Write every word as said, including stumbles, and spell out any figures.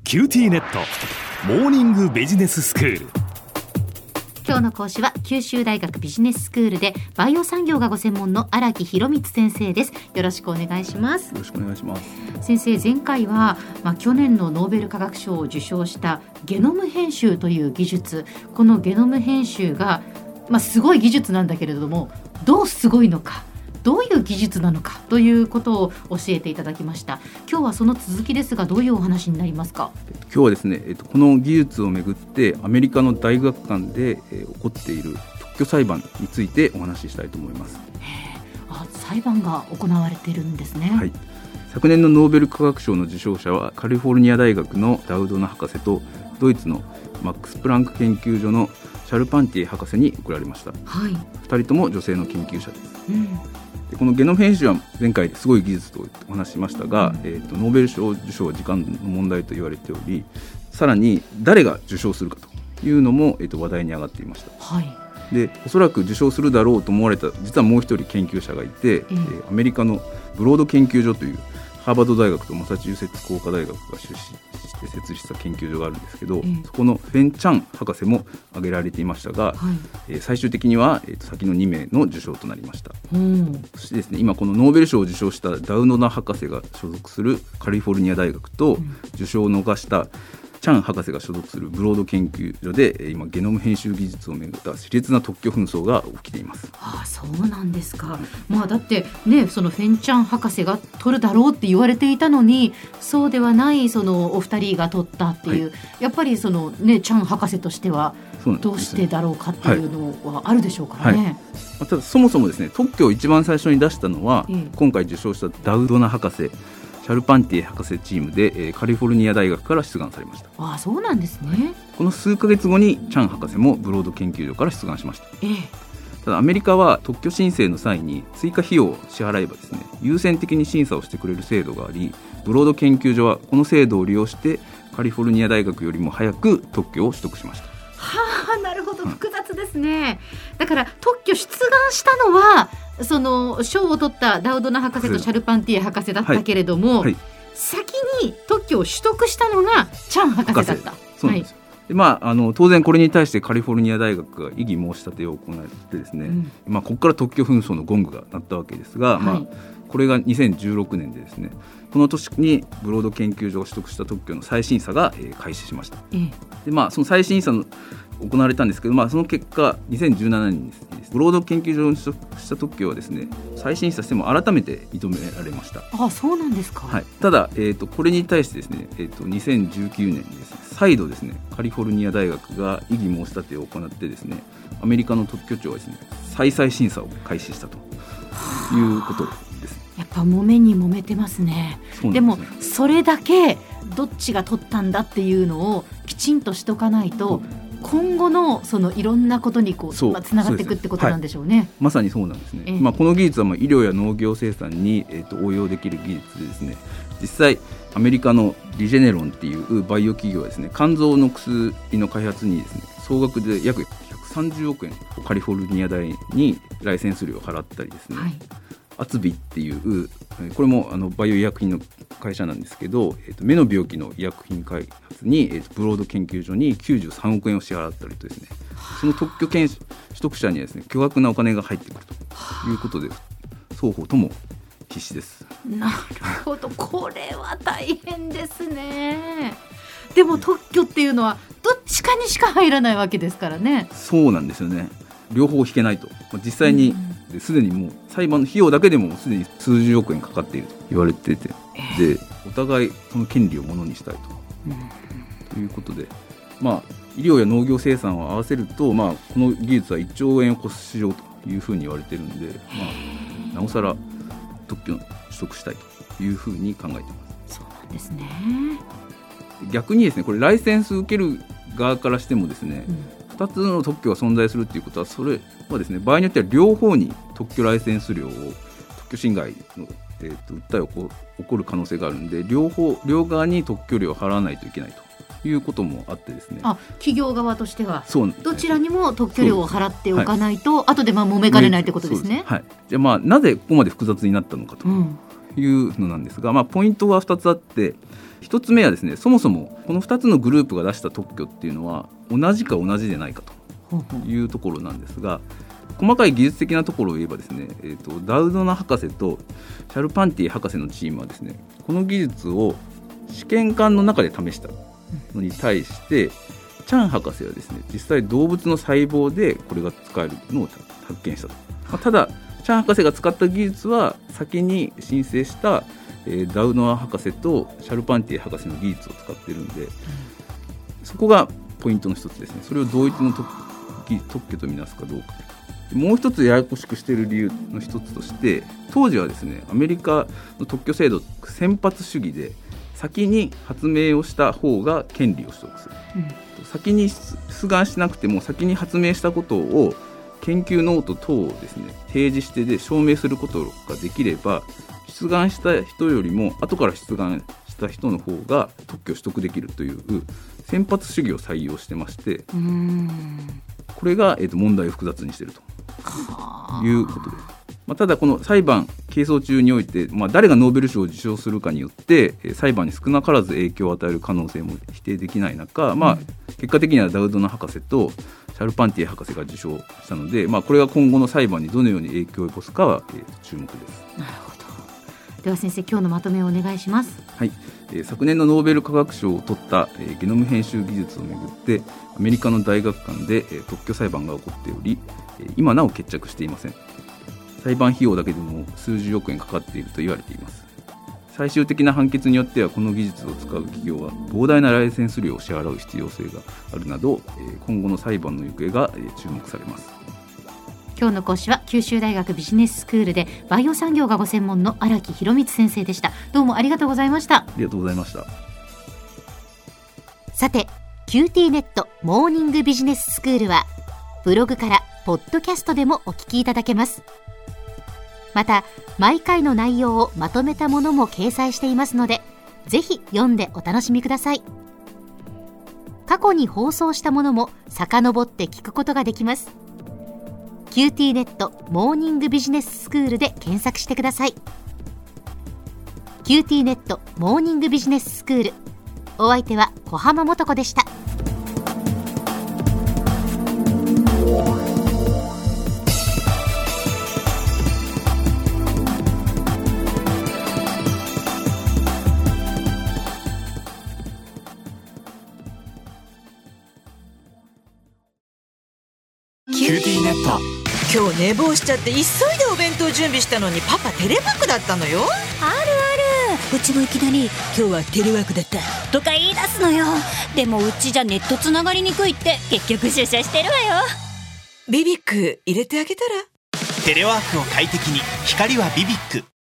キューティーネットモーニングビジネススクール。 今日の講師は九州大学ビジネススクールでバイオ産業がご専門の荒木博光先生です。よろしくお願いします。 よろしくお願いします。 先生、前回は、まあ、去年のノーベル化学賞を受賞したゲノム編集という技術、このゲノム編集が、まあ、すごい技術なんだけれども、どうすごいのか、どういう技術なのかということを教えていただきました。今日はその続きですが、どういうお話になりますか？ 今日はですね、えっと、この技術をめぐってアメリカの大学間で、えー、起こっている特許裁判についてお話ししたいと思います。 へー、あ、裁判が行われているんですね。 はい、昨年のノーベル化学賞の受賞者はカリフォルニア大学のダウドナ博士とドイツのマックス・プランク研究所のシャルパンティエ博士に贈られました。 はい、 ふたりとも女性の研究者です。 うん、 でこのゲノム編集は前回すごい技術とお話ししましたが、うんえー、とノーベル賞受賞は時間の問題と言われており、さらに誰が受賞するかというのも、えー、と話題に上がっていました。 はい、 でおそらく受賞するだろうと思われた実はもう一人研究者がいて、 うんえー、アメリカのブロード研究所というハーバード大学とマサチューセッツ工科大学が出資して設立した研究所があるんですけど、うん、そこのベン・チャン博士も挙げられていましたが、はいえー、最終的には、えー、と先のにめいの受賞となりました。うん、そしてですね、今このノーベル賞を受賞したダウノナ博士が所属するカリフォルニア大学と、うん、受賞を逃したチャン博士が所属するブロード研究所で今ゲノム編集技術をめぐった熾烈な特許紛争が起きています。 ああ、そうなんですか。まあ、だってね、そのフェンチャン博士が取るだろうって言われていたのに、そうではないそのお二人が取ったっていう、はい、やっぱりそのね、チャン博士としてはどうしてだろうかっていうのはあるでしょうからね。はいはい、 ただそもそもですね、特許を一番最初に出したのは、うん、今回受賞したダウドナ博士シャルパンティエ博士チームで、えー、カリフォルニア大学から出願されました。 ああ、そうなんですね。はい、 この数ヶ月後にチャン博士もブロード研究所から出願しました。 ええ、 ただアメリカは特許申請の際に追加費用を支払えばですね、優先的に審査をしてくれる制度があり、ブロード研究所はこの制度を利用してカリフォルニア大学よりも早く特許を取得しました。 はあ、なるほど、複雑ですね。うん、だから特許出願したのはその賞を取ったダウドナ博士とシャルパンティエ博士だったけれども、はいはい、先に特許を取得したのがチャン博士だった。 そうなんですよ。はい、でまあ、あの当然これに対してカリフォルニア大学が異議申し立てを行ってですね、うんまあ、ここから特許紛争のゴングが鳴ったわけですが、はいまあ、これがにせんじゅうろくねんでですね、この年にブロード研究所が取得した特許の再審査が、えー、開始しました。ええでまあ、その再審査の行われたんですけど、まあ、その結果にせんじゅうななねんにです、ね、ブロード研究所に取得した特許はですね、再審査しても改めて認められました。 ああ、そうなんですか。 はい、ただ、えー、とこれに対してですね、えー、とにせんじゅうきゅうねんにですね、再度ですね、カリフォルニア大学が異議申し立てを行ってですね、アメリカの特許庁はですね、再々審査を開始したということです。 やっぱ揉めに揉めてますね。 そうなんですね。 でもそれだけどっちが取ったんだっていうのをきちんとしとかないと、今後のそのいろんなことにこうまあ、つながっていくってことなんでしょうね。はい、 まさにそうなんですね。えーまあ、この技術はまあ医療や農業生産に、えー、と応用できる技術でですね、実際アメリカのリジェネロンっていうバイオ企業はですね、肝臓の薬の開発にですね、総額で約ひゃくさんじゅうおくえんカリフォルニア大にライセンス料を払ったりですね、はい、アツビっていうこれもあのバイオ医薬品の会社なんですけど、えー、と目の病気の医薬品開発に、えー、とブロード研究所にきゅうじゅうさんおくえんを支払ったりとですね、その特許権取得者にはですね、巨額なお金が入ってくるということで、双方とも必死です。 なるほど、これは大変ですね。でも特許っていうのはどっちかにしか入らないわけですからね。 そうなんですよね。両方引けないと、実際にすでにもう裁判の費用だけでもすでに数十億円かかっていると言われていて、えー、でお互いその権利をものにしたいと、うん、ということで、まあ、医療や農業生産を合わせると、まあ、この技術はいっちょうえんを超す市場というふうに言われているので、まあ、なおさら特許を取得したいというふうに考えています。 そうなんですね。 逆にですね、これライセンス受ける側からしてもですね、うん、ふたつの特許が存在するということは、それはですね、場合によっては両方に特許ライセンス料を特許侵害の、えー、と訴えを起こ、起こる可能性があるので、両方両側に特許料を払わないといけないということもあってですね、 あ、企業側としてはそうどちらにも特許料を払っておかないと、はい、後でまあ揉めかねないということですね。 はい、じゃあまあなぜここまで複雑になったのかというのなんですが、まあ、ポイントがふたつあって、ひとつめはですね、そもそもこのふたつのグループが出した特許っていうのは同じか同じでないかというところなんですが、細かい技術的なところを言えばですね、えーと、ダウドナ博士とシャルパンティ博士のチームはですね、この技術を試験管の中で試したのに対して、チャン博士はですね、実際動物の細胞でこれが使えるのを発見したと。まあ、ただチャン博士が使った技術は先に申請した、えー、ダウドナ博士とシャルパンティ博士の技術を使っているんで、そこがポイントの一つですね。それを同一の特許とみなすかどうか。もう一つややこしくしている理由の一つとして、当時はですね、アメリカの特許制度先発主義で、先に発明をした方が権利を取得する、うん、先に出願しなくても先に発明したことを研究ノート等をですね提示してで証明することができれば、出願した人よりも後から出願した人の方が特許を取得できるという先発主義を採用してまして、うーん、これが、えーと、問題を複雑にしているということです。まあ、ただこの裁判係争中において、まあ、誰がノーベル賞を受賞するかによって裁判に少なからず影響を与える可能性も否定できない中、まあ、結果的にはダウドナ博士とシャルパンティ博士が受賞したので、まあ、これが今後の裁判にどのように影響を及ぼすかは、えー、注目です。 なるほど。では先生、今日のまとめをお願いします。 はい、えー、昨年のノーベル化学賞を取った、えー、ゲノム編集技術をめぐってアメリカの大学間で、えー、特許裁判が起こっており、えー、今なお決着していません。裁判費用だけでも数十億円かかっていると言われています。最終的な判決によってはこの技術を使う企業は膨大なライセンス料を支払う必要性があるなど、今後の裁判の行方が注目されます。 今日の講師は九州大学ビジネススクールでバイオ産業がご専門の荒木博光先生でした。どうもありがとうございました。 ありがとうございました。 さて、 キューティー ネットモーニングビジネススクールはブログからポッドキャストでもお聞きいただけます。また毎回の内容をまとめたものも掲載していますので、ぜひ読んでお楽しみください。過去に放送したものも遡って聞くことができます。 キューティー ネットモーニングビジネススクールで検索してください。 キューティー ネットモーニングビジネススクール、お相手は小浜もとこでした。 キューティー ネット。 今日寝坊しちゃって急いでお弁当準備したのにパパテレワークだったのよ。 あるある、うちもいきなり今日はテレワークだったとか言い出すのよ。でもうちじゃネットつながりにくいって結局出社してるわよ。 ビビック入れてあげたら。 テレワークを快適に、光はビビック。